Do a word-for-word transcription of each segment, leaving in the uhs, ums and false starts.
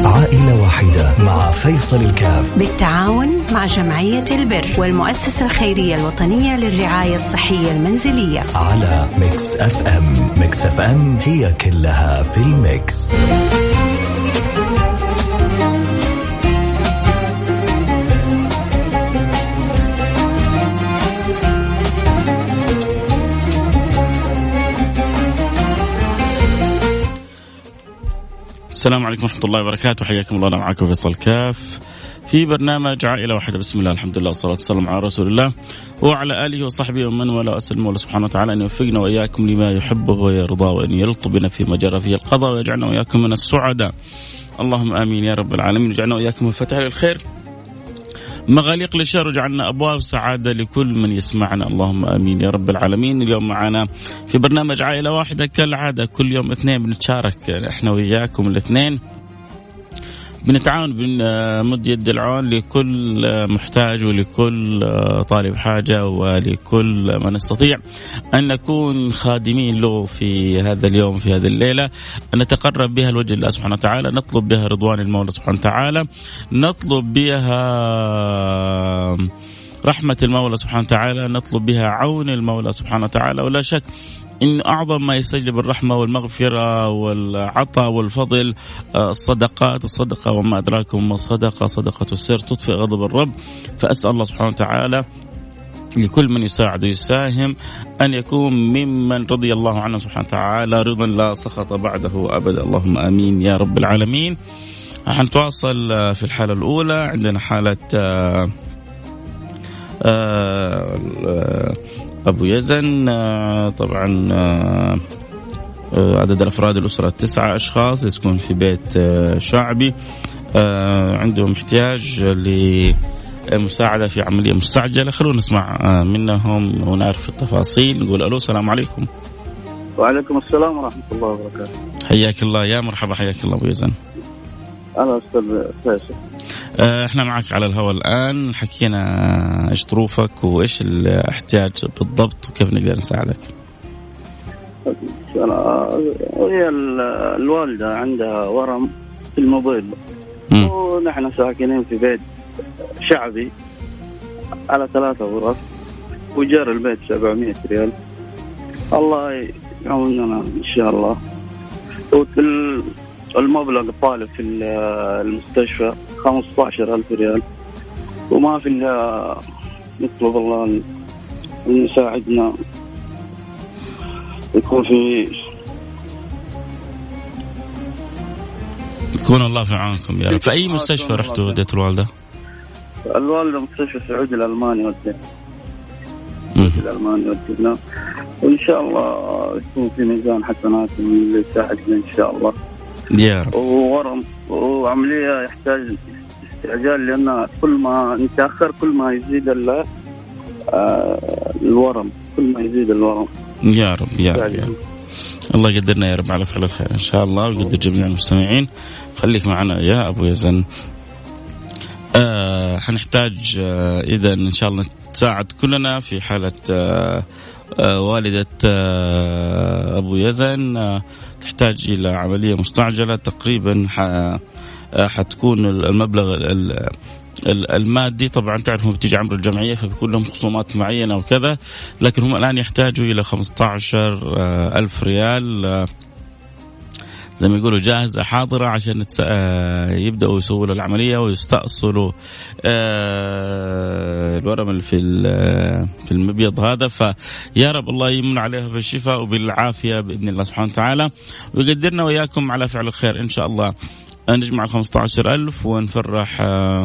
عائلة واحدة مع فيصل الكاف بالتعاون مع جمعية البر والمؤسسة الخيرية الوطنية للرعاية الصحية المنزلية على ميكس اف ام. ميكس اف ام هي كلها في الميكس. السلام عليكم ورحمة الله وبركاته. حياكم الله. أنا معكم فيصل كاف في برنامج عائلة واحدة. بسم الله، الحمد لله، والصلاة والسلام على رسول الله وعلى آله وصحبه ومن والاه. أسأل الله سبحانه وتعالى أن يوفقنا وإياكم لما يحبه ويرضاه، وأن يلطف بنا فيما جرى فيه القضاء، ويجعلنا وإياكم من السعداء. اللهم آمين يا رب العالمين. وجعلنا وإياكم مفاتيح للخير، مغاليق للشر، وجعلنا أبواب سعادة لكل من يسمعنا. اللهم آمين يا رب العالمين. اليوم معنا في برنامج عائلة واحدة كالعادة كل يوم اثنين بنتشارك احنا وياكم الاثنين، بنتعاون، بنمد يد العون لكل محتاج ولكل طالب حاجة ولكل من يستطيع أن نكون خادمين له في هذا اليوم، في هذه الليلة، أن نتقرب بها الوجه الله سبحانه وتعالى، نطلب بها رضوان المولى سبحانه وتعالى، نطلب بها رحمة المولى سبحانه وتعالى، نطلب بها عون المولى سبحانه وتعالى. ولا شك إن أعظم ما يستجلب الرحمة والمغفرة والعطاء والفضل الصدقات. الصدقة وما أدراكم ما الصدقة، صدقة السر تطفئ غضب الرب. فأسأل الله سبحانه وتعالى لكل من يساعد ويساهم أن يكون ممن رضي الله عنه سبحانه وتعالى رضا لا سخط بعده أبدا. اللهم آمين يا رب العالمين. حنتواصل في الحالة الأولى. عندنا حالة آآ آآ أبو يزن. طبعا عدد الأفراد الأسرة تسعة أشخاص، يسكن في بيت شعبي، عندهم احتياج لمساعدة في عملية مستعجلة. خلونا نسمع منهم ونعرف التفاصيل. نقول ألو، السلام عليكم. وعليكم السلام ورحمة الله وبركاته. حياك الله، يا مرحبا، حياك الله أبو يزن. أنا أستاذ فيصل. احنا معك على الهواء الآن. حكينا ايش ظروفك وايش الاحتياج بالضبط وكيف نقدر نساعدك. هي الوالدة عندها ورم في المبيض، ونحن ساكنين في بيت شعبي على ثلاثة غرف، وجار البيت سبعمية ريال. الله يعوننا إن شاء الله. المبلغ طالب في المستشفى خمسة عشر ألف ريال، وما في إلا نطلب الله أن يساعدنا، يكون في يكون الله في عونكم يا رب. في أي مستشفى رحتوا وديت الوالدة؟ الوالدة مستشفى سعودي الألماني ودينا الألماني ودينا، وإن شاء الله يكون في ميزان حسنات اللي يساعدنا إن شاء الله يا رب. وورم وعملية يحتاج استعجال، لأن كل ما نتأخر كل ما يزيد الورم، كل ما يزيد الورم. يا رب يا رب, يا رب. الله يقدرنا يا رب على فعل الخير إن شاء الله، ويقدر جميع المستمعين. خليك معنا يا أبو يزن. آه حنحتاج آه إذا إن شاء الله نتساعد كلنا في حالة آه آه والدة آه أبو يزن. آه تحتاج إلى عملية مستعجلة. تقريبا حتكون المبلغ المادي، طبعا تعرفوا بتيجي عمر الجمعية فبيكون لهم خصومات معينة وكذا، لكن هم الآن يحتاجوا إلى خمسة عشر ألف ريال زي ما يقولوا جاهزة حاضرة عشان يبدأوا يسووا العملية ويستأصلوا الورم اللي في في المبيض هذا. فيا رب الله يمن عليها بالشفاء وبالعافية بإذن الله سبحانه وتعالى، ويقدرنا وإياكم على فعل الخير إن شاء الله. نجمع الخمسة عشر ألف ونفرح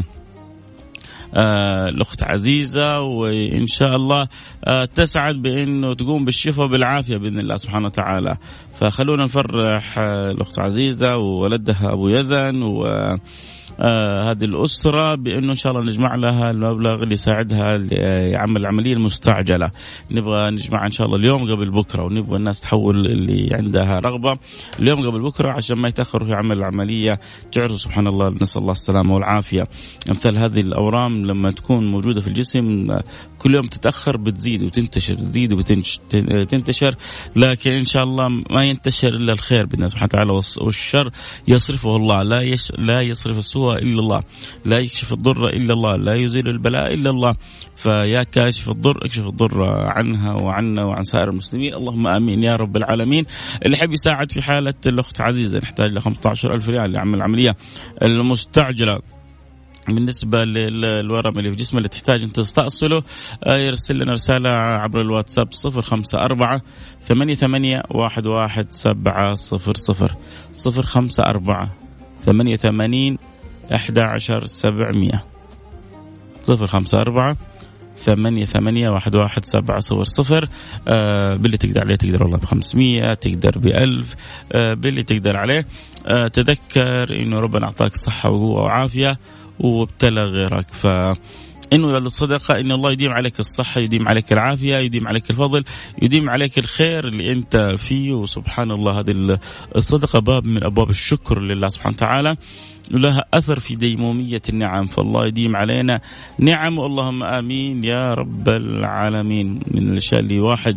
آه الأخت عزيزة، وإن شاء الله آه تسعد بأنه تقوم بالشفاء بالعافية بإذن الله سبحانه وتعالى. فخلونا نفرح آه الأخت عزيزة وولدها أبو يزن، و آه هذه الأسرة بأنه إن شاء الله نجمع لها المبلغ اللي يساعدها لعمل العملية المستعجلة. نبغى نجمع إن شاء الله اليوم قبل بكرة، ونبغى الناس تحول اللي عندها رغبة اليوم قبل بكرة عشان ما يتأخروا في عمل العملية. تعرفوا سبحان الله، نسأل الله السلامة والعافية، أمثال هذه الأورام لما تكون موجودة في الجسم كل يوم تتأخر بتزيد وتنتشر، تزيد وتنتشر، لكن إن شاء الله ما ينتشر إلا الخير بإذن الله سبحانه وتعالى، والشر يصرفه الله. لا يش لا يصرف السوء إلا الله، لا يكشف الضر إلا الله، لا يزيل البلاء إلا الله. فيا كاشف الضر اكشف الضر عنها وعنا وعن سائر المسلمين، اللهم آمين يا رب العالمين. اللي حب يساعد في حالة الأخت عزيزة نحتاج ل خمسة عشر ألف ريال لعمل العملية المستعجلة بالنسبة للورم اللي في جسمه اللي تحتاج أن تستأصله. يرسل لنا رسالة عبر الواتساب صفر خمسة أربعة ثمانية ثمانية واحد واحد سبعة صفر صفر صفر خمسة أربعة ثمانية ثمانين أحد عشر سبعمية صفر خمسة أربعة ثمانية ثمانية واحد واحد سبعة صفر صفر. آه باللي تقدر عليه، تقدر والله بخمسمية، تقدر بألف، آه باللي تقدر عليه. آه تذكر إنه ربنا أعطاك صحة وقوة وعافية وابتلى غيرك، فإنه للصدقة إن الله يديم عليك الصحة، يديم عليك العافية، يديم عليك الفضل، يديم عليك الخير اللي أنت فيه. وسبحان الله هذه الصدقة باب من أبواب الشكر لله سبحانه وتعالى، ولها أثر في ديمومية النعم. فالله يديم علينا نعم، اللهم آمين يا رب العالمين. من الأشياء اللي واحد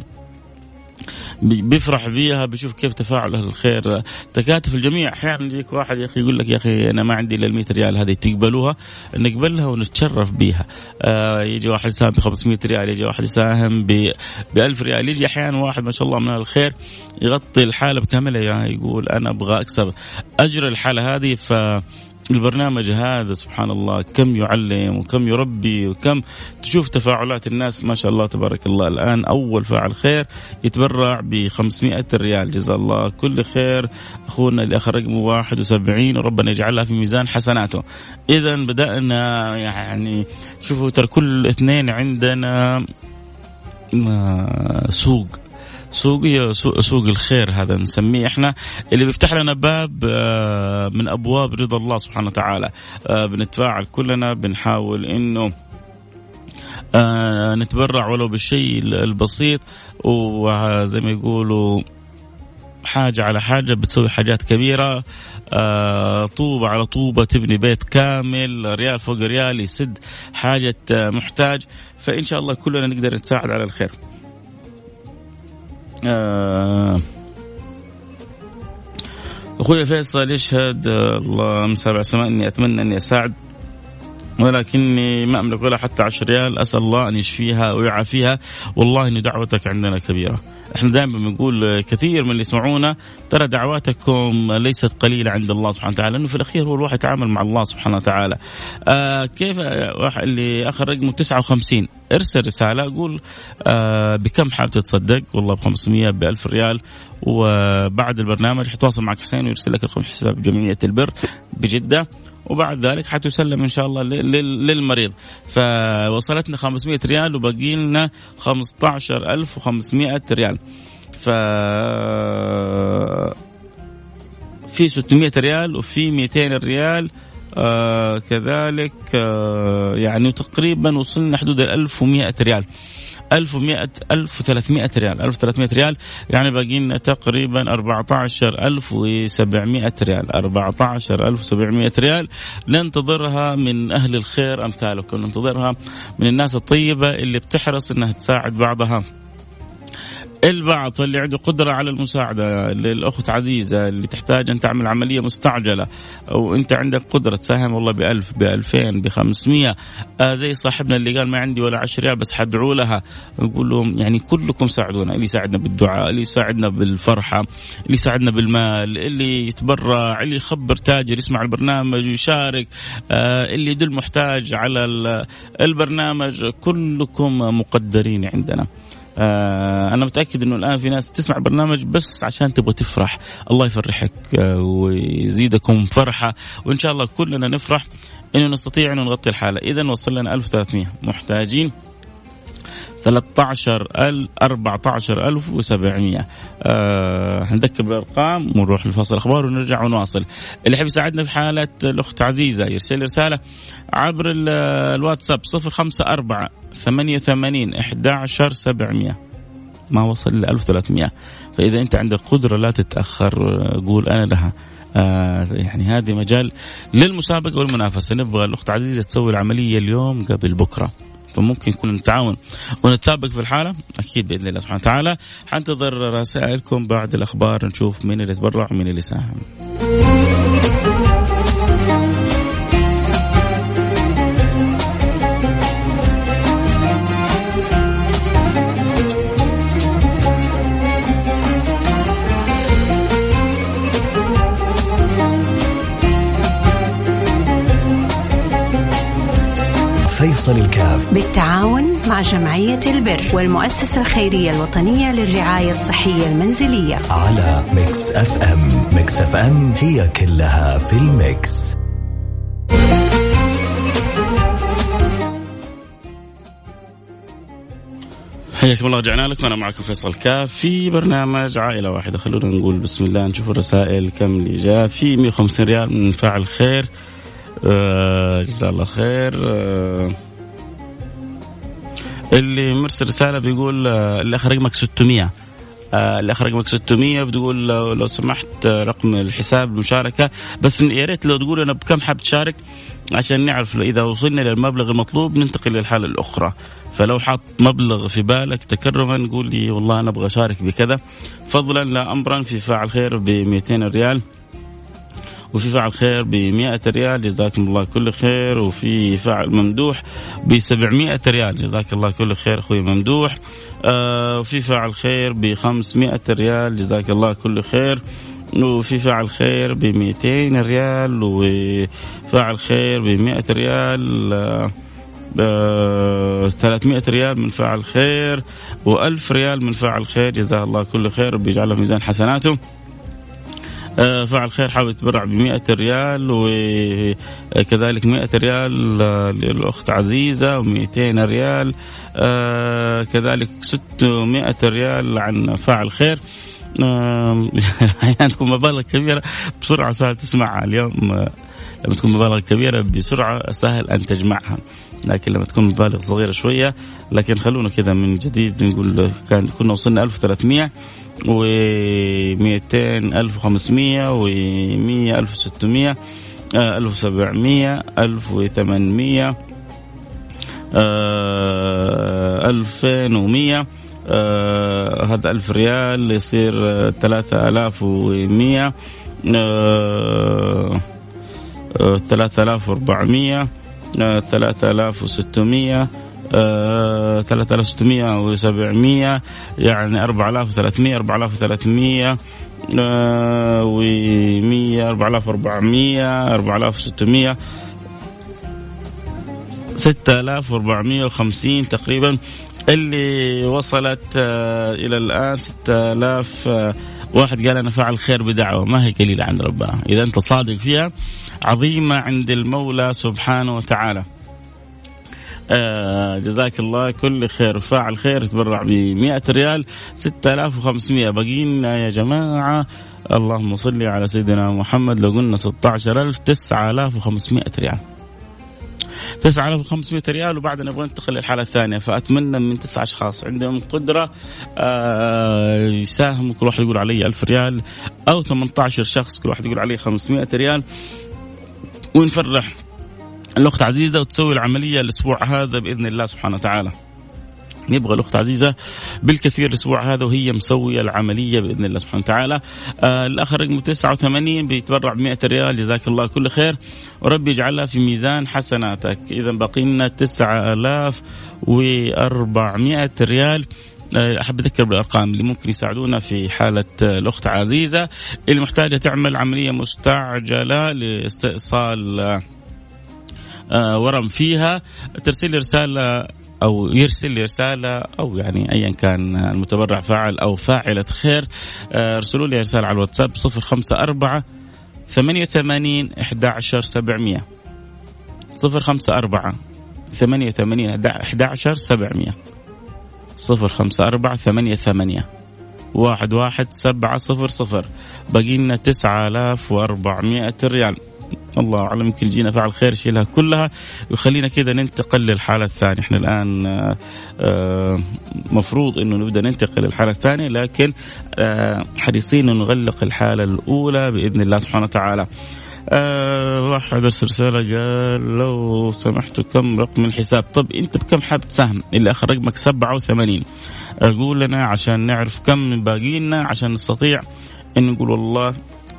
بيفرح بيها بيشوف كيف تفاعل أهل الخير، تكاتف الجميع. أحيانا يجيك واحد يا أخي يقول لك يا أخي أنا ما عندي إلا المئة ريال، هذه تقبلوها، نقبلها ونتشرف بيها. آه يجي واحد يساهم بخمسمائة ريال، يجي واحد يساهم بألف ريال، يجي أحيانا واحد ما شاء الله من أهل الخير يغطي الحالة بكاملها، يعني يقول أنا أبغى أكسب أجر الحالة هذه. ف البرنامج هذا سبحان الله كم يعلم وكم يربي وكم تشوف تفاعلات الناس ما شاء الله تبارك الله. الآن أول فاعل خير يتبرع بخمسمائة ريال، جزا الله كل خير أخونا اللي آخر رقمه واحد وسبعين، وربنا يجعلها في ميزان حسناته. إذا بدأنا يعني شوفوا ترى كل اثنين عندنا سوق سوق سوق الخير، هذا نسميه احنا، اللي بيفتح لنا باب من ابواب رضا الله سبحانه وتعالى. بنتفاعل كلنا، بنحاول انه نتبرع ولو بالشيء البسيط، وزي ما يقولوا حاجة على حاجة بتسوي حاجات كبيرة. طوبة على طوبة تبني بيت كامل، ريال فوق ريال يسد حاجة محتاج. فإن شاء الله كلنا نقدر نتساعد على الخير. آه أخوي فيصل يشهد الله من سبع سماء إني أتمنى أني أساعد، ولكني ما أملك ولا حتى عشر ريال. أسأل الله أن يشفيها ويعافيها، والله إن دعوتك عندنا كبيرة. احنا دائما بنقول كثير من اللي يسمعونا ترى دعواتكم ليست قليلة عند الله سبحانه وتعالى، لأنه في الأخير هو الواحد يتعامل مع الله سبحانه وتعالى. آه كيف واحد اللي آخر رقمه تسعة وخمسين ارسل رسالة قول آه بكم حاب تتصدق، والله بخمسمية بألف ريال، وبعد البرنامج حتواصل معك حسين ويرسل لك رقم حساب جمعية البر بجدة، وبعد ذلك حتسلم إن شاء الله للمريض. فوصلتنا خمسمائة ريال وبقي لنا خمسة عشر ألف وخمسمائة ريال، ف في ستمائة ريال وفي مئتين ريال آه كذلك، آه يعني تقريبا وصلنا حدود ألف ومئة ريال، ألف ومئة ألف وثلاثمائة ريال، ألف وثلاثمائة ريال، يعني باقينا تقريبا أربعة عشر ألف وسبعمائة ريال، أربعة عشر ألف وسبعمائة ريال. ننتظرها من أهل الخير أمثالكم، ننتظرها من الناس الطيبة اللي بتحرص أنها تساعد بعضها البعض. فاللي عنده قدرة على المساعدة للأخت عزيزة اللي تحتاج أن تعمل عملية مستعجلة، أو أنت عندك قدرة تساهم والله بألف بألفين بخمسمية، آه زي صاحبنا اللي قال ما عندي ولا عشر ريال بس حدعوا لها، نقول لهم يعني كلكم ساعدونا، اللي يساعدنا بالدعاء، اللي يساعدنا بالفرحة، اللي يساعدنا بالمال، اللي يتبرع، اللي يخبر تاجر يسمع البرنامج ويشارك، آه اللي يدل محتاج على البرنامج، كلكم مقدرين عندنا. آه أنا متأكد إنه الآن في ناس تسمع البرنامج بس عشان تبغى تفرح، الله يفرحك آه ويزيدكم فرحة، وإن شاء الله كلنا نفرح إنه نستطيع إنه نغطي الحالة. إذن وصل لنا ألف وثلاثمائة محتاجين ثلاثة عشر ألف أربعة عشر ألف وسبعمية. أه هنذكر بالأرقام ونروح لفصل الأخبار ونرجع ونواصل. اللي يحب يساعدنا في حالة الأخت عزيزة يرسل رسالة عبر الواتساب صفر خمسة أربعة ثمانية ثمانين أحد عشر سبعمية، ما وصل ل ألف وثلاثمية. فإذا أنت عندك قدرة لا تتأخر، قول أنا لها. آه يعني هذه مجال للمسابقة والمنافسة. نبغى الأخت عزيزة تسوي العملية اليوم قبل بكرة، فممكن يكون نتعاون ونتسابق في الحالة أكيد بإذن الله سبحانه وتعالى. حنتظر رسائلكم بعد الأخبار نشوف مين اللي تبرع ومين اللي ساهم. فيصل الكاف بالتعاون مع جمعية البر والمؤسسة الخيرية الوطنية للرعاية الصحية المنزلية على ميكس اف ام. ميكس اف ام هي كلها في الميكس. حياكم الله، رجعنا لكم. أنا معكم فيصل كاف في برنامج عائلة واحدة. خلونا نقول بسم الله، نشوف الرسائل كم اللي جاء. في مية وخمسين ريال من فاعل خير، آه جزاه الله خير. آه اللي مرسل رسالة بيقول آه اللي آخر رقمك ستمية، آه اللي آخر رقمك ستمية بتقول لو, لو سمحت آه رقم الحساب المشاركة، بس يا ريت لو تقول أنا بكم حاب تشارك عشان نعرف إذا وصلنا للمبلغ المطلوب ننتقل للحالة الأخرى. فلو حط مبلغ في بالك تكرما قول لي والله أنا أبغى أشارك بكذا، فضلا لا أمرا. في فاعل خير بمئتين ريال، وفي فاعل خير بمئة ريال جزاكم الله كل خير، وفي فاعل ممدوح بسبعمائة ريال جزاك الله كل خير أخوي ممدوح. آه وفي فاعل خير بخمسمائة ريال جزاك الله كل خير، وفي فاعل خير بمئتين ريال، وفاعل خير بمئة ريال، آه آه ثلاثمائة ريال من فاعل خير، وألف ريال من فاعل خير جزاه الله كل خير وبيجعله في ميزان حسناته. آه فاعل خير حاول يتبرع بمئة ريال، وكذلك مئة ريال للأخت عزيزة، ومئتين ريال آه كذلك ستمائة ريال عن فاعل خير. أحيانا تكون مبالغ كبيرة بسرعة سهل تسمعها. اليوم لما تكون مبالغ كبيرة بسرعة سهل أن تجمعها، لكن لما تكون مبالغ صغيرة شوية. لكن خلونا كذا من جديد نقول كان كنا وصلنا ألف وثلاثمائة ومئتين ألف وخمسمائة ومئة ألف وستمائة ألف وسبعمائة ألف وثمانمائة ألفين ومئة. آه هذا ألف ريال يصير ثلاثة آلاف ومئة، آه آه ثلاثة آلاف وأربعمائة، آه ثلاثة آلاف وستمائة، آه ثلاثة آلاف وستمائة وسبعمائة، يعني أربعة آلاف وثلاثمائة، أربعة آلاف وثلاثمائة آه ومئة، أربعة آلاف وأربعمائة، أربعة آلاف وستمائة، ستة آلاف وأربعمائة وخمسين تقريبا. اللي وصلت آه إلى الآن ستة آلاف. آه واحد قال أنا فعل خير بدعوة، ما هي قليلة عند ربنا إذا أنت صادق فيها، عظيمة عند المولى سبحانه وتعالى. آه جزاك الله كل خير. فاعل خير يتبرع بمئة ريال، ستة آلاف وخمسمائة. بقينا يا جماعة اللهم صل على سيدنا محمد، لو قلنا ستة عشر ألف، تسعة آلاف وخمسمائة ريال، تسعة آلاف وخمسمائة ريال. وبعد نبغى ننتقل للحالة الثانية. فأتمنى من تسعة أشخاص عندهم قدرة آه يساهموا، كل واحد يقول علي ألف ريال، أو ثمانية عشر شخص كل واحد يقول علي خمسمائة ريال، ونفرح الأخت عزيزة وتسوي العملية الأسبوع هذا بإذن الله سبحانه وتعالى. نبغى الأخت عزيزة بالكثير الأسبوع هذا وهي مسوية العملية بإذن الله سبحانه وتعالى. آه الآخر رقم تسعة وثمانين بيتبرع بمئة ريال جزاك الله كل خير، وربي يجعلها في ميزان حسناتك. إذا بقي لنا تسعة آلاف وأربعمائة ريال. أحب أذكر بالأرقام اللي ممكن يساعدونا في حالة الأخت عزيزة اللي محتاجة تعمل عملية مستعجلة لاستئصال آه ورم فيها. ترسل رسالة أو يرسل لي رسالة، أو يعني أيا كان المتبرع فاعل أو فاعلة خير، ارسلوا لي رسالة على الواتساب صفر خمسة أربعة ثمانية ثمانين أحد عشر سبعمائة، صفر خمسة أربعة ثمانية ثمانين أحد عشر سبعمائة. صفر خمسة أربعة ثمانية ثمانية واحد واحد سبعة صفر صفر. باقي لنا تسعة آلاف وأربعمائة ريال. الله أعلم يمكن جينا فعل خير يشيلها كلها ويخلينا كذا ننتقل للحالة الثانية. احنا الآن مفروض انه نبدأ ننتقل للحالة الثانية، لكن حريصين انه نغلق الحالة الأولى بإذن الله سبحانه وتعالى. أه واحد رسالة قال لو سمحتوا كم رقم الحساب؟ طب انت بكم حاب تساهم؟ اللي اخر رقمك سبعة وثمانين، اقول لنا عشان نعرف كم من باقينا عشان نستطيع ان نقول والله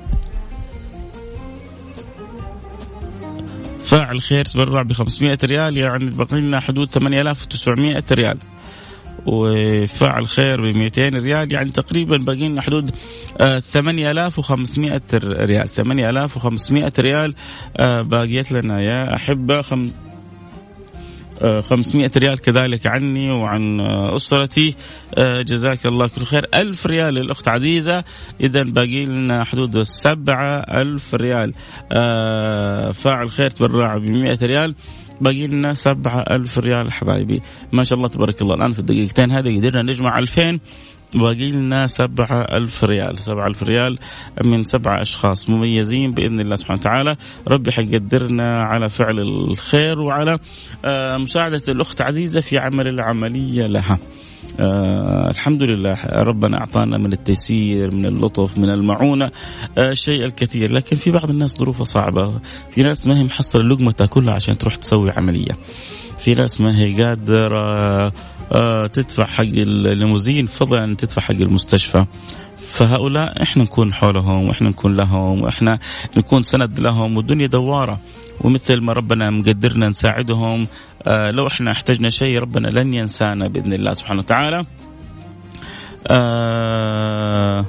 فاعل خير تبرع بخمسمائة ريال، يعني باقي لنا حدود ثمانية آلاف وتسعمائة ريال، وفاعل خير بمئتين ريال، يعني تقريبا باقي لنا حدود ثمانية آلاف وخمسمائة ريال. ثمانية آلاف وخمسمائة ريال باقيت لنا يا أحبة. خم خمسمائة ريال كذلك عني وعن أسرتي، جزاك الله كل خير. ألف ريال للأخت عزيزة، إذا باقي لنا حدود سبعة ألف ريال. فاعل خير تبرع بمئة ريال، باقي لنا سبعة ألف ريال حبايبي. ما شاء الله تبارك الله. الآن في الدقيقتين هذه قدرنا نجمع ألفين، باقي لنا سبعة ألف ريال. سبعة ألف ريال من سبعة أشخاص مميزين بإذن الله سبحانه وتعالى. ربي حيقدرنا على فعل الخير وعلى مساعدة الأخت عزيزة في عمل العملية لها. آه الحمد لله ربنا أعطانا من التيسير، من اللطف، من المعونة آه الشيء الكثير، لكن في بعض الناس ظروفها صعبة. في ناس ما هي محصلة اللقمة تاكلها عشان تروح تسوي عملية. في ناس ما هي قادرة آه تدفع حق الليموزين فضلا أن تدفع حق المستشفى. فهؤلاء إحنا نكون حولهم وإحنا نكون لهم وإحنا نكون سند لهم، والدنيا دوارة، ومثل ما ربنا مقدرنا نساعدهم. آه لو إحنا احتجنا شيء ربنا لن ينسانا بإذن الله سبحانه وتعالى. آه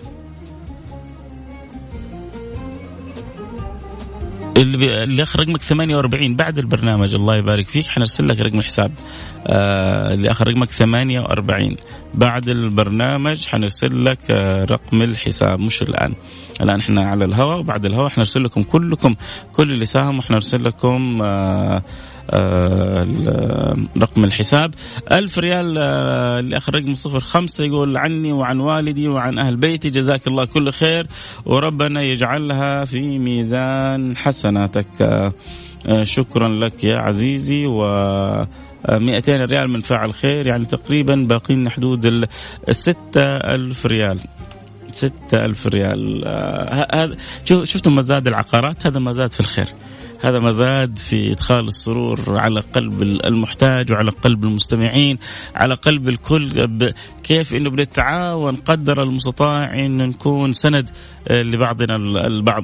اللي, اللي آخر رقمك ثمانية وأربعين بعد البرنامج الله يبارك فيك حنرسل لك رقم الحساب. آه اللي آخر رقمك ثمانية وأربعين بعد البرنامج حنرسل لك آه رقم الحساب، مش الآن. الآن احنا على الهواء، وبعد الهواء حنرسل لكم كلكم كل اللي ساهم، وحنرسل لكم آه آه رقم الحساب. ألف ريال آه اللي آخر رقم صفر خمسة يقول عني وعن والدي وعن أهل بيتي جزاك الله كل خير، وربنا يجعلها في ميزان حسناتك. آه آه شكرا لك يا عزيزي. و مئتين ريال من فاعل خير، يعني تقريبا باقين حدود الستة ألف ريال. ستة ألف ريال. هذا آه شفتم مزاد العقارات؟ هذا مزاد في الخير، هذا مزاد في إدخال السرور على قلب المحتاج وعلى قلب المستمعين، على قلب الكل. كيف إنه بنتعاون قدر المستطاع إنه نكون سند لبعضنا البعض.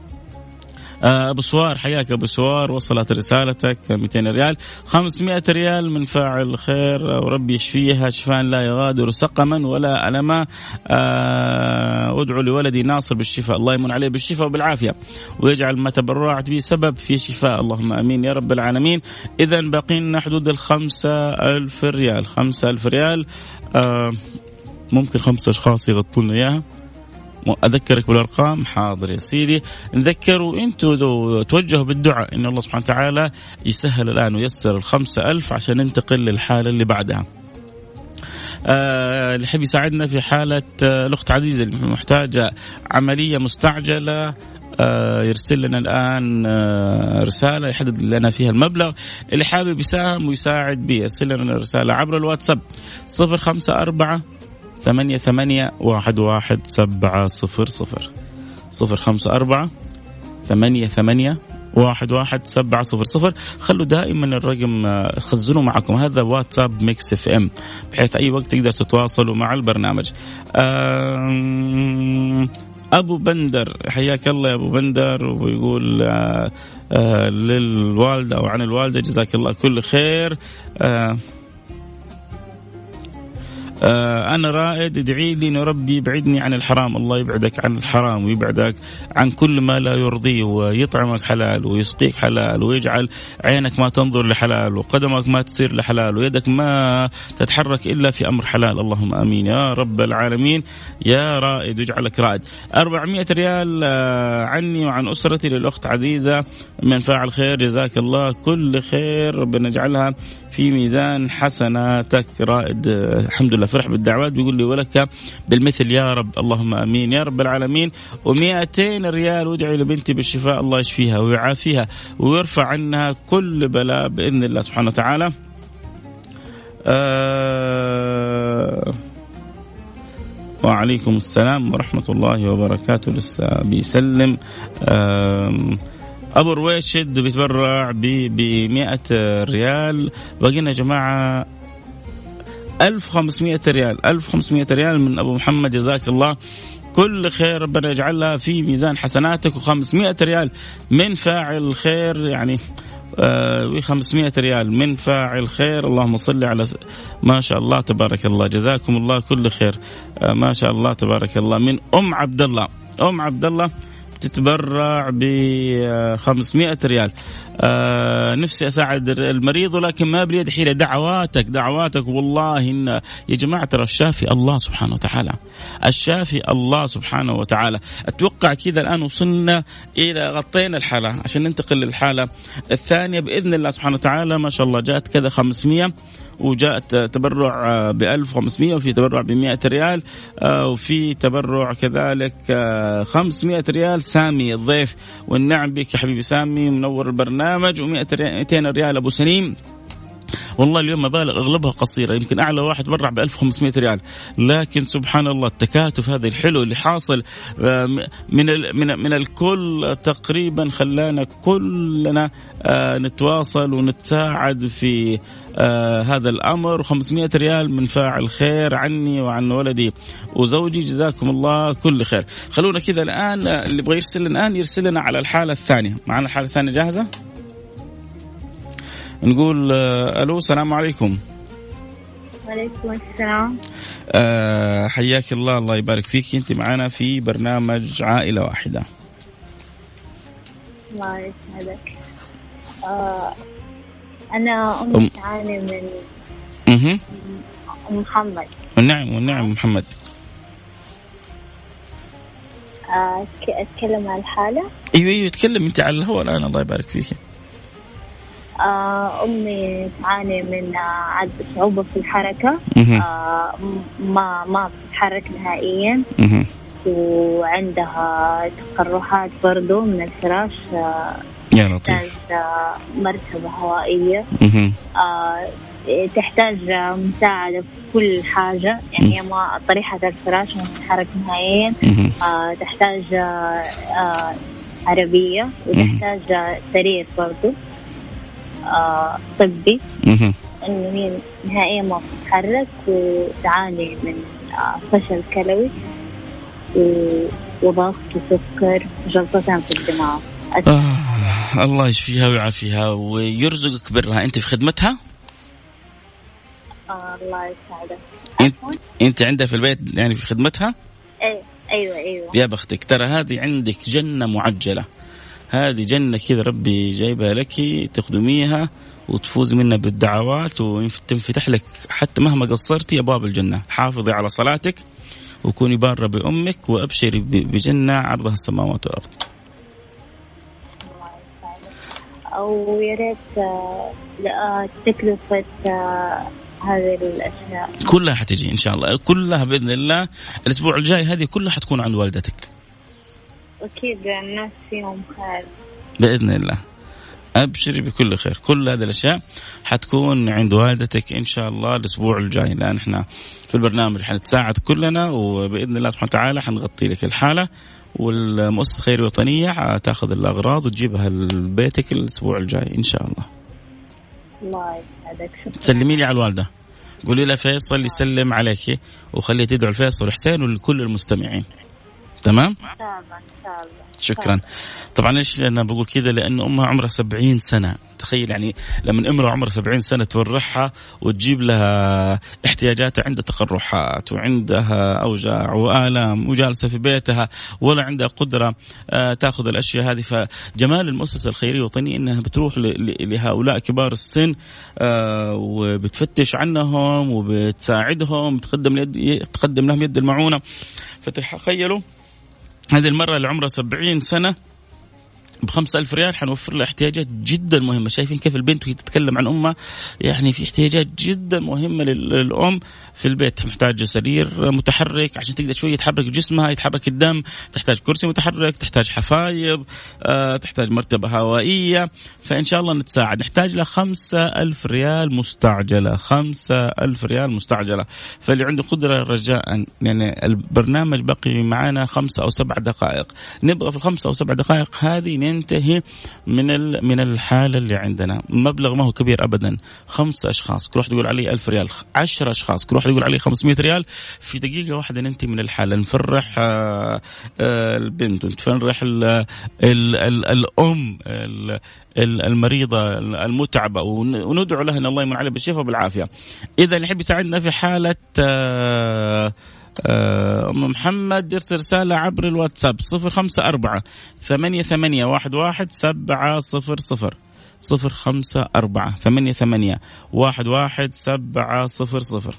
أبو سوار حياك أبو سوار، وصلت رسالتك مئتين ريال. خمسمائة ريال من فاعل خير، وربي يشفيها شفاء لا يغادر سقما ولا ألما. أدعو لولدي ناصر بالشفاء، الله يمن عليه بالشفاء وبالعافية، ويجعل ما تبرعت به سبب في شفاء، اللهم أمين يا رب العالمين. إذا باقينا حدود الخمسة ألف ريال. خمسة ألف ريال آه ممكن خمسة أشخاص يغطوا لنا إياها. أذكرك بالأرقام. حاضر يا سيدي، نذكروا أنتوا توجهوا بالدعاء إن الله سبحانه وتعالى يسهل الآن ويسر الخمسة ألف عشان ننتقل للحالة اللي بعدها. آه اللي يحب يساعدنا في حالة آه الأخت عزيزة المحتاجة عملية مستعجلة، آه يرسل لنا الآن آه رسالة يحدد لنا فيها المبلغ اللي حابب يساهم ويساعد به. يرسل لنا رسالة عبر الواتساب صفر خمسة أربعة ثمانية ثمانية واحد واحد سبعة صفر صفر. صفر خمسة أربعة ثمانية ثمانية واحد واحد سبعة صفر صفر. خلوا دائما الرقم خزنوا معكم، هذا واتساب ميكس اف ام، بحيث أي وقت تقدر تتواصلوا مع البرنامج. أبو بندر حياك الله يا أبو بندر، ويقول آآ آآ للوالدة أو عن الوالدة جزاك الله كل خير. آه أنا رائد ادعي لي إن ربي يبعدني عن الحرام. الله يبعدك عن الحرام ويبعدك عن كل ما لا يرضيه، ويطعمك حلال ويسقيك حلال، ويجعل عينك ما تنظر لحلال، وقدمك ما تسير لحلال، ويدك ما تتحرك إلا في أمر حلال. اللهم آمين يا رب العالمين يا رائد، يجعلك رائد. أربعمائة ريال آه عني وعن أسرتي للأخت عزيزة من فاعل خير، جزاك الله كل خير، ربنا يجعلها في ميزان حسناتك. رائد الحمد لله فرح بالدعوات، بيقول لي ولك بالمثل يا رب، اللهم امين يا رب العالمين. ومئتين ريال وادعي لبنتي بالشفاء، الله يشفيها ويعافيها ويرفع عنها كل بلاء باذن الله سبحانه وتعالى. أه وعليكم السلام ورحمة الله وبركاته. لسه بيسلم. أبو رويشد بيتبرع بمئة ريال. بقينا يا جماعة ألف وخمسمئة ريال، ألف وخمسمئة ريال من أبو محمد، جزاك الله كل خير، ربنا يجعلها في ميزان حسناتك. وخمسمئة ريال من فاعل خير، يعني آه خمسمئة ريال من فاعل خير. اللهم صل على س... ما شاء الله تبارك الله، جزاكم الله كل خير. آه ما شاء الله تبارك الله. من أم عبد الله، أم عبد الله تتبرع ب خمسمئة ريال. آه نفسي أساعد المريض ولكن ما بليد حيلة. دعواتك دعواتك والله إن يا جماعة ترى الشافي الله سبحانه وتعالى، الشافي الله سبحانه وتعالى. أتوقع كذا الآن وصلنا إلى غطينا الحالة عشان ننتقل للحالة الثانية بإذن الله سبحانه وتعالى. ما شاء الله جاءت كذا خمسمئة، وجاءت تبرع بألف وخمسمئة، وفي تبرع بمئة ريال، وفي تبرع كذلك خمسمئة ريال. سامي الضيف والنعم بك يا حبيبي سامي، منور البرنامج. ومئتين ريال أبو سليم. والله اليوم مبالغ أغلبها قصيرة، يمكن أعلى واحد برع بألف وخمسمئة ريال، لكن سبحان الله التكاتف هذا الحلو اللي حاصل من من من الكل تقريبا خلانا كلنا نتواصل ونتساعد في هذا الأمر. وخمسمئة ريال من فاعل خير عني وعن ولدي وزوجي، جزاكم الله كل خير. خلونا كذا الآن اللي يبغى يرسل لنا الآن يرسل لنا على الحالة الثانية. معنا الحالة الثانية جاهزة؟ نقول ألو السلام عليكم. وعليكم السلام. أه حياك الله، الله يبارك فيك. أنت معنا في برنامج عائلة واحدة. الله يسعدك. أه أنا أم تعاني من أم محمد. والنعم والنعم محمد. أه أتكلم عن الحالة؟ أيوة أيوة تكلم أنت على الهواء الآن، الله يبارك فيك. آه أمي تعاني من عد صعوبة في الحركة. آه ما ما بتتحرك نهائيا، وعندها تقرحات برضو من الفراش. آه يا لطيف. آه مرتبة هوائية. آه تحتاج مساعدة في كل حاجة، يعني ما طريحة الفراش ما تتحرك نهائيا. آه تحتاج آه عربية، وتحتاج سرير برضو آه طبي، إنه هي نهائيا ما تتحرك، وتعاني من آه فشل كلوي وضغط وسكر وجلطتين في الدماغ. آه الله يشفيها ويعافيها ويرزقك برها. أنت في خدمتها؟ آه الله يساعدك. أنت, أنت عندها في البيت يعني في خدمتها؟ أي أيوة أيوة. يا بختك، ترى هذه عندك جنة معجلة، هذه جنة كذا ربي جايبها لك تخدميها وتفوز منها بالدعوات وتنفتح لك حتى مهما قصرتي أبواب الجنة. حافظي على صلاتك وكوني بارة بأمك وأبشري بجنة عرضها السماوات والأرض. أو يا ريت تكلفة هذه الأشياء كلها حتجي إن شاء الله، كلها بإذن الله. الأسبوع الجاي هذه كلها حتكون عند والدتك. أكيد الناس فيهم خير بإذن الله. أبشري بكل خير. كل هذه الأشياء حتكون عند والدتك إن شاء الله الأسبوع الجاي، لأن إحنا في البرنامج حنتساعد كلنا، وبإذن الله سبحانه وتعالى حنغطي لك الحالة، والمؤسسة الخيرية الوطنية تأخذ الأغراض وتجيبها لبيتك الأسبوع الجاي إن شاء الله. الله يسعدك. سلمي لي على الوالدة، قولي له فيصل يسلم عليك، وخليه تدعو الفيصل وحسين ولكل المستمعين. تمام؟ إن شاء الله إن شاء الله. شكرا. طبعا ليش أنا بقول كذا؟ لأن أمها عمرها سبعين سنة. تخيل يعني لما امرأة عمرها سبعين سنة تورحها وتجيب لها احتياجاتها، عندها تقرحات وعندها أوجاع وآلام وجالسة في بيتها ولا عندها قدرة آه تأخذ الأشياء هذه. فجمال المؤسسة الخيرية الوطنية إنها بتروح لهؤلاء كبار السن آه وبتفتش عنهم وبتساعدهم، تقدم يد تقدم لهم يد المعونة. فتخيلوا هذه المرة اللي عمرها سبعين سنة بخمسة ألف ريال حنوفر لها احتياجات جدا مهمة. شايفين كيف البنت وهي تتكلم عن أمها يعني في احتياجات جدا مهمة للأم في البيت. محتاجة سرير متحرك عشان تقدر شوية تحرك جسمها يتحرك الدم، تحتاج كرسي متحرك، تحتاج حفايض، أه، تحتاج مرتبة هوائية. فإن شاء الله نتساعد. نحتاج لها خمسة ألف ريال مستعجلة، خمسة ألف ريال مستعجلة. فاللي عنده قدرة رجاء، يعني البرنامج بقي معنا خمسة أو سبع دقائق، نبغى في الخمسة أو سبع دقائق هذه ننتهي من من الحالة اللي عندنا. المبلغ ما هو كبير أبدا، خمسة أشخاص كل واحد يقول عليه ألف ريال، عشرة أشخاص كل واحد يقول عليه خمسمائة ريال. في دقيقة واحدة ننتهي من الحالة، نفرح آآ آآ البنت ونفرح ال ال ال الأم المريضة المتعبة، وندعو لها أن الله يمن عليها بالشفاء وبالعافية. إذا اللي يحب يساعدنا في حالة أم محمد يرسل رسالة عبر الواتساب صفر خمسة أربعة ثمانية ثمانية واحد واحد سبعة صفر صفر صفر خمسة أربعة ثمانية ثمانية واحد واحد سبعة صفر صفر.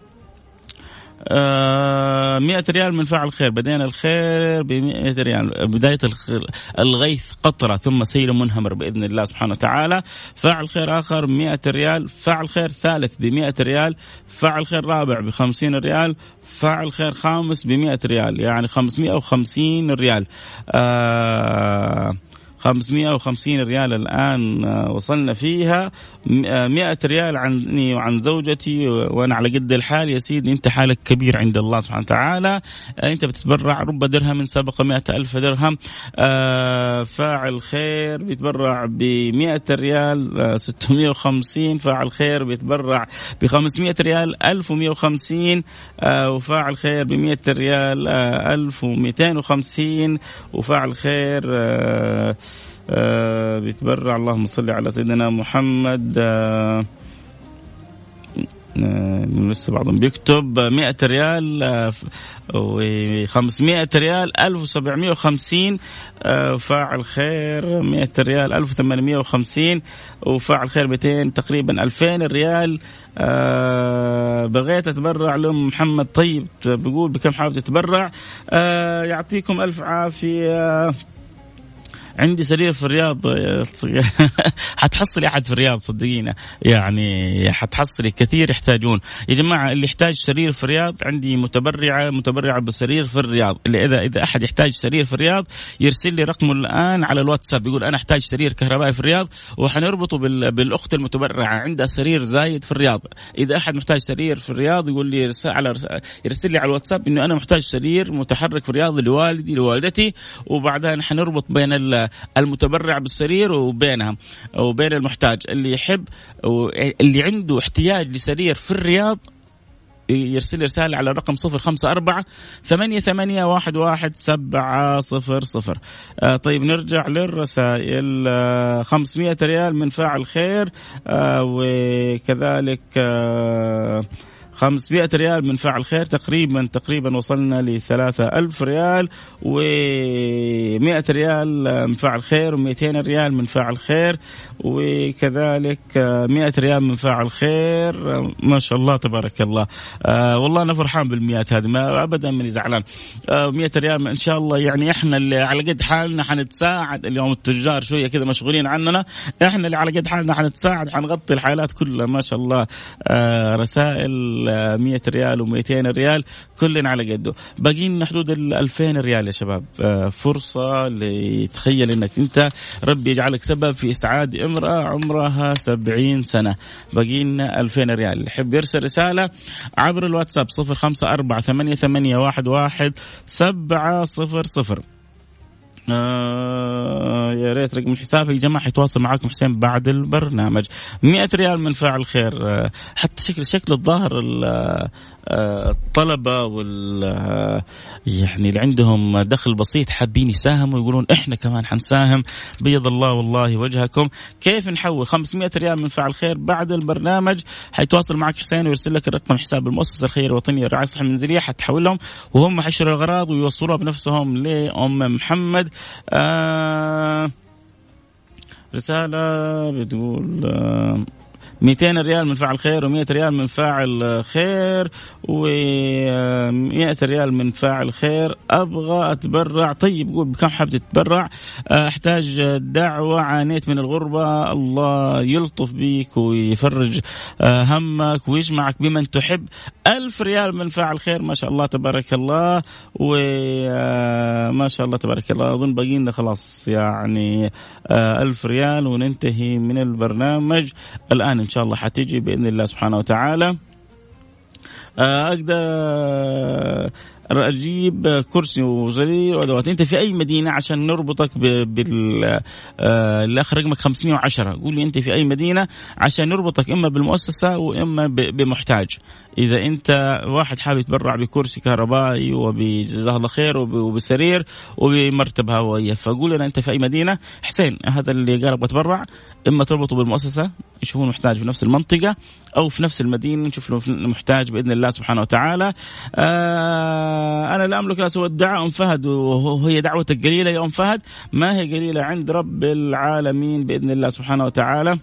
آه مئة ريال من فاعل خير. بدينا الخير بمئة ريال، بداية الغيث قطرة ثم سيل منهمر بإذن الله سبحانه وتعالى. فاعل خير آخر مئة ريال، فاعل خير ثالث بمئة ريال، فاعل خير رابع بخمسين ريال، فاعل خير خامس بمئة ريال، يعني خمسمائة وخمسين ريال. آه خمسمائة وخمسين ريال الآن وصلنا فيها. مئة ريال عني وعن زوجتي وأنا على قد الحال. يا سيدي أنت حالك كبير عند الله سبحانه وتعالى، أنت بتتبرع رب درهم سبق مئة ألف درهم. فاعل خير بيتبرع بمئة ريال ستمائة وخمسين، فاعل خير بيتبرع بخمسمائة ريال ألف ومئة وخمسين، وفاعل خير بمئة ريال ألف ومئتين وخمسين، وفاعل خير آه بيتبرع اللهم صل على سيدنا محمد. آه آه لسه بعضهم بيكتب مئة ريال آه وخمسمائة ريال ألف وسبعمائة وخمسين، آه فاعل خير مئة ريال ألف وثمانمائة وخمسين، وفاعل خير مئتين تقريبا ألفين ريال. آه بغيت أتبرع لأم محمد. طيب بقول بكم حابب تتبرع؟ آه يعطيكم ألف عافية. عندي سرير في الرياض. حتحصلي أحد في الرياض صدقينا، يعني حتحصلي كثير يحتاجون. يا جماعة اللي يحتاج سرير في الرياض عندي متبرعة متبرعة بسرير في الرياض. اللي إذا إذا أحد يحتاج سرير في الرياض يرسل لي رقمه الآن على الواتساب، يقول أنا أحتاج سرير كهربائي في الرياض، وحنربطه بالأخت المتبرعة عندها سرير زايد في الرياض. إذا أحد محتاج سرير في الرياض يقول لي يرسل على يرسل لي على الواتساب إنه أنا محتاج سرير متحرك في الرياض لوالدي لوالدتي، وبعدها حنربط بين المتبرع بالسرير وبينها وبين المحتاج. اللي يحب اللي عنده احتياج لسرير في الرياض يرسل رسالة على الرقم صفر خمسة أربعة ثمانية ثمانية واحد واحد سبعة صفر صفر. آه طيب نرجع للرسائل. آه خمسمائة ريال من فاعل خير، آه وكذلك آه خمسمائة ريال من فاعل خير. تقريبا تقريبا وصلنا لثلاثة ألف ريال، ومئة ريال من فاعل خير، ومئتين ريال من فاعل خير، وكذلك مئة ريال من فاعل خير. ما شاء الله تبارك الله. آه والله أنا فرحان بالمئات هذه، ما أبدا من زعلان. آه مئة ريال إن شاء الله. يعني إحنا اللي على قد حالنا حنتساعد. اليوم التجار شوية كذا مشغولين عننا، إحنا اللي على قد حالنا حنتساعد، حنغطي الحالات كلها. ما شاء الله. آه رسائل مئة ريال ومئتين ريال كلنا على قده. باقينا حدود الألفين ريال يا شباب. فرصة لتخيل انك انت ربي يجعلك سبب في اسعاد امرأة عمرها سبعين سنة. باقينا ألفين ريال. اللي يحب يرسل رسالة عبر الواتساب صفر خمسة أربعة ثمانية ثمانية واحد واحد سبعة صفر صفر. آه يا ريت رقم الحساب يا جماعة يتواصل معاكم حسين بعد البرنامج. مئة ريال من فاعل خير. آه حتى شكل شكل الظاهر الطلبة وال يعني اللي عندهم دخل بسيط حابين يساهموا يقولون إحنا كمان حنساهم. بيض الله والله وجهكم. كيف نحول خمسمائة ريال من فاعل خير؟ بعد البرنامج حيتواصل معك حسين ويرسل لك الرقم حساب المؤسسة الخيرية الوطنية للرعاية الصحية المنزلية، حتحولهم وهم حيشتروا الأغراض ويوصلوها بنفسهم لأم محمد. آه رسالة بتقول آه مئتين ريال من فاعل خير، ومئة ريال من فاعل خير، ومئة ريال من فاعل خير. أبغى أتبرع. طيب قول بكم حاب تتبرع. أحتاج دعوة، عانيت من الغربة، الله يلطف بيك ويفرج همك ويجمعك بمن تحب. ألف ريال من فاعل خير. ما شاء الله تبارك الله، وما شاء الله تبارك الله. أظن بقينا خلاص يعني ألف ريال وننتهي من البرنامج. الآن إن شاء الله حتيجي بإذن الله سبحانه وتعالى. أقدر أجيب كرسي وزرير وأدوات. أنت في أي مدينة عشان نربطك بال الآخر رقمك خمسمائة وعشرة. قول لي أنت في أي مدينة عشان نربطك إما بالمؤسسة وإما بمحتاج. إذا أنت واحد حابب يتبرع بكرسي كهربائي وبجزاه الله خير وبسرير وبمرتبة هوائية، فقول لنا أنت في أي مدينة. حسين هذا اللي قال بتبرع، إما تربطوا بالمؤسسة يشوفون محتاج في نفس المنطقة، أو في نفس المدينة نشوف له محتاج بإذن الله سبحانه وتعالى. آه أنا لا أملك لا سوى الدعاء أم فهد، وهي دعوتك قليلة يا أم فهد، ما هي قليلة عند رب العالمين بإذن الله سبحانه وتعالى.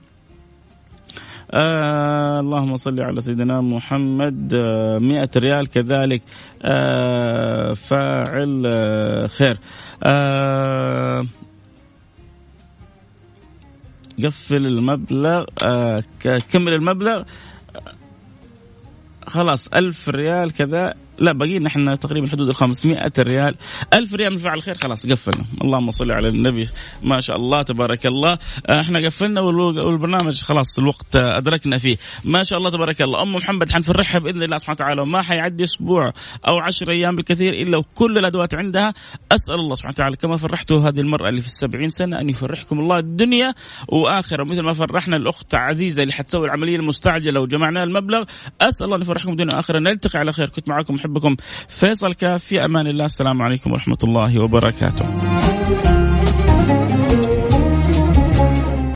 آه اللهم صل على سيدنا محمد. آه مئة ريال كذلك آه فاعل آه خير. آه قفل المبلغ. آه كمل المبلغ. خلاص ألف ريال كذا. لا باقي نحن تقريبا حدود الخمسمائة ريال. ألف ريال من فعل خير. خلاص قفلنا. اللهم صل على النبي. ما شاء الله تبارك الله. احنا قفلنا والبرنامج خلاص الوقت أدركنا فيه. ما شاء الله تبارك الله. أم محمد حنفرحها بإذن الله سبحانه وتعالى، وما حيعدي أسبوع أو عشر أيام بالكثير إلا وكل الأدوات عندها. أسأل الله سبحانه وتعالى كما فرحته هذه المرأة اللي في السبعين سنة أن يفرحكم الله الدنيا وآخرة، مثل ما فرحنا الأخت عزيزة اللي حتسوي العملية المستعجلة وجمعنا المبلغ. أسأل الله أن يفرحكم الدنيا وآخرة. نلتقي على خير. كنت معكم محبكم فيصل كاف. في أمان الله. السلام عليكم ورحمة الله وبركاته.